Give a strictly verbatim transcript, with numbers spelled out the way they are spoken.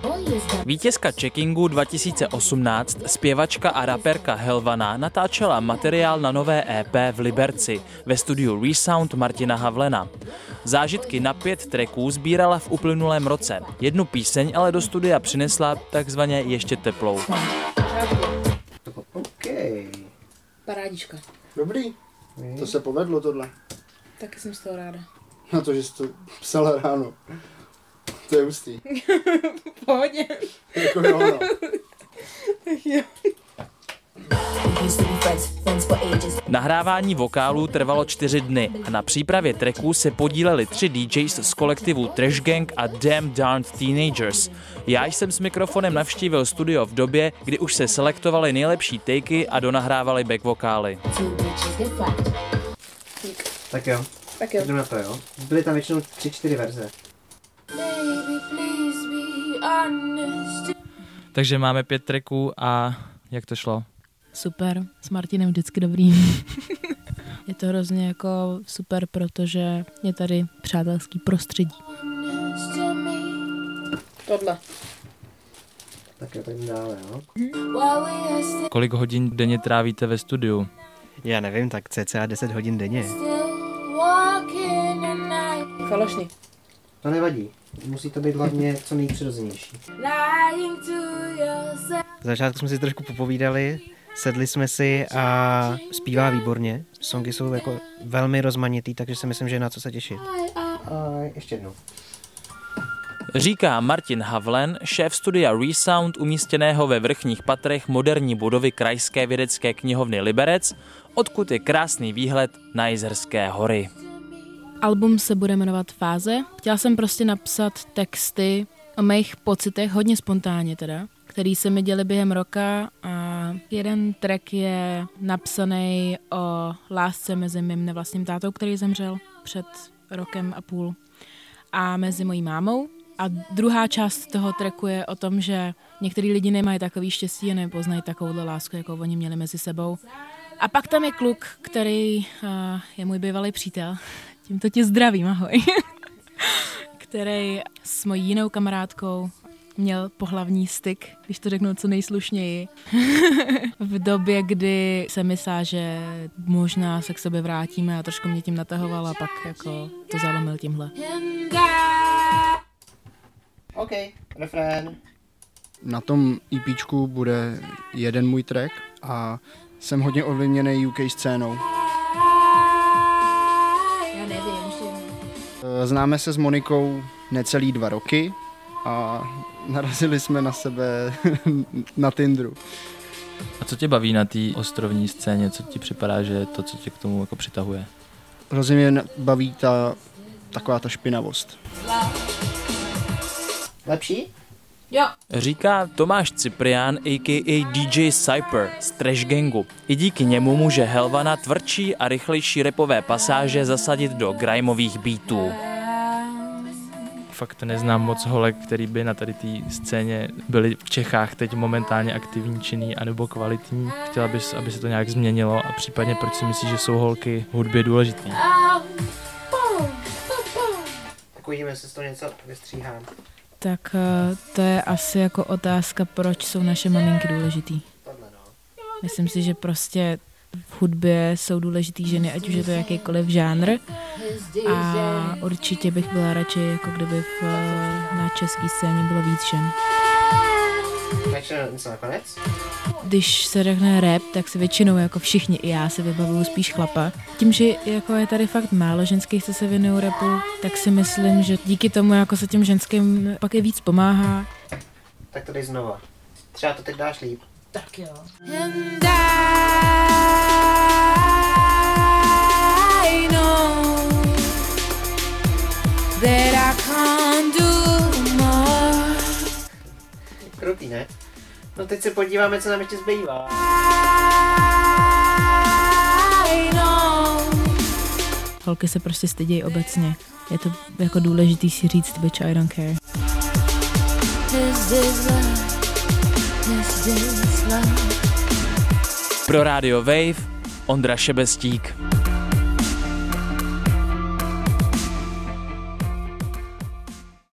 Vítězka Checkingu dva tisíce osmnáct, zpěvačka a raperka Helvana natáčela materiál na nové E P v Liberci ve studiu Resound Martina Havlena. Zážitky na pět tracků sbírala v uplynulém roce. Jednu píseň ale do studia přinesla takzvaně ještě teplou. Okay. Parádička. Dobrý, to se povedlo tohle. Taky jsem z toho ráda. Na to, že jsi to psala ráno. To je hustý. Pohodě. Jako jo, no. Jo. Nahrávání vokálů trvalo čtyři dny a na přípravě tracků se podíleli tři D Js z kolektivu Trash Gang a Damn Darned Teenagers. Já jsem s mikrofonem navštívil studio v době, kdy už se selektovaly nejlepší takey a donahrávali back vokály. Tak jo. Tak jo. Jdeme na to, jo. Byly tam většinou tři, čtyři verze. Takže máme pět tracků a jak to šlo? Super, s Martinem vždycky dobrý. Je to hrozně jako super, protože je tady přátelský prostředí. Tohle. Tak jo, tak dále, jo. Kolik hodin denně trávíte ve studiu? Já nevím, tak cca deset hodin denně. Falošný. To nevadí. Musí to být hlavně co nejpřirozenější. V začátku jsme si trošku popovídali, sedli jsme si a zpívá výborně. Songy jsou jako velmi rozmanitý, takže si myslím, že je na co se těšit. A ještě jednou. Říká Martin Havlen, šéf studia Resound umístěného ve vrchních patrech moderní budovy Krajské vědecké knihovny Liberec, odkud je krásný výhled na Jizerské hory. Album se bude jmenovat Fáze. Chtěla jsem prostě napsat texty o mých pocitech, hodně spontánně teda, který se mi děly během roka a jeden track je napsaný o lásce mezi mým nevlastním tátou, který zemřel před rokem a půl, a mezi mojí mámou. A druhá část toho tracku je o tom, že některý lidi nemají takový štěstí a nepoznají takovouhle lásku, jako oni měli mezi sebou. A pak tam je kluk, který uh, je můj bývalý přítel. Tímto tě zdravím, ahoj. Který s mojí jinou kamarádkou měl pohlavní styk, když to řeknu co nejslušněji. V době, kdy se myslá, že možná se k sobě vrátíme a trošku mě tím natahoval a pak jako to zalomil tímhle. OK, refrén. Na tom EPčku bude jeden můj track a jsem hodně ovlivněný U K scénou. Já nevím, ještě. Známe se s Monikou necelý dva roky a narazili jsme na sebe na Tinderu. A co tě baví na té ostrovní scéně? Co ti připadá, že je to, co tě k tomu jako přitahuje? Hrozně mě baví ta taková ta špinavost. Lepší? Jo. Říká Tomáš Ciprián, a k a. D J Cyper z Trash Gangu. I díky němu může Helvana tvrdší a rychlejší rapové pasáže zasadit do grimeových beatů. Fakt neznám moc holek, který by na tady té scéně byli v Čechách teď momentálně aktivní, činný anebo kvalitní. Chtěla bys, aby se to nějak změnilo a případně proč si myslíš, že jsou holky v hudbě důležitý? Tak uvidíme, jestli z toho něco vystříhám. Tak to je asi jako otázka, proč jsou naše maminky důležitý. Myslím si, že prostě v hudbě jsou důležitý ženy, ať už je to jakýkoliv žánr. A určitě bych byla radši, jako kdyby v, na české scéně bylo víc žen. Takže něco nakonec? Když se řekne rap, tak si většinou jako všichni, i já se vybavuju spíš chlapa. Tím, že jako je tady fakt málo ženských, co se věnují rapu, tak si myslím, že díky tomu jako se těm ženským pak i víc pomáhá. Tak to dej znova. Třeba to teď dáš líp. Tak jo. Krutý, ne? No teď se podíváme, co nám ještě zbývá. Holky se prostě stydějí obecně. Je to jako důležitý si říct, bitch, I don't care. Pro Radio Wave Ondra Šebestík.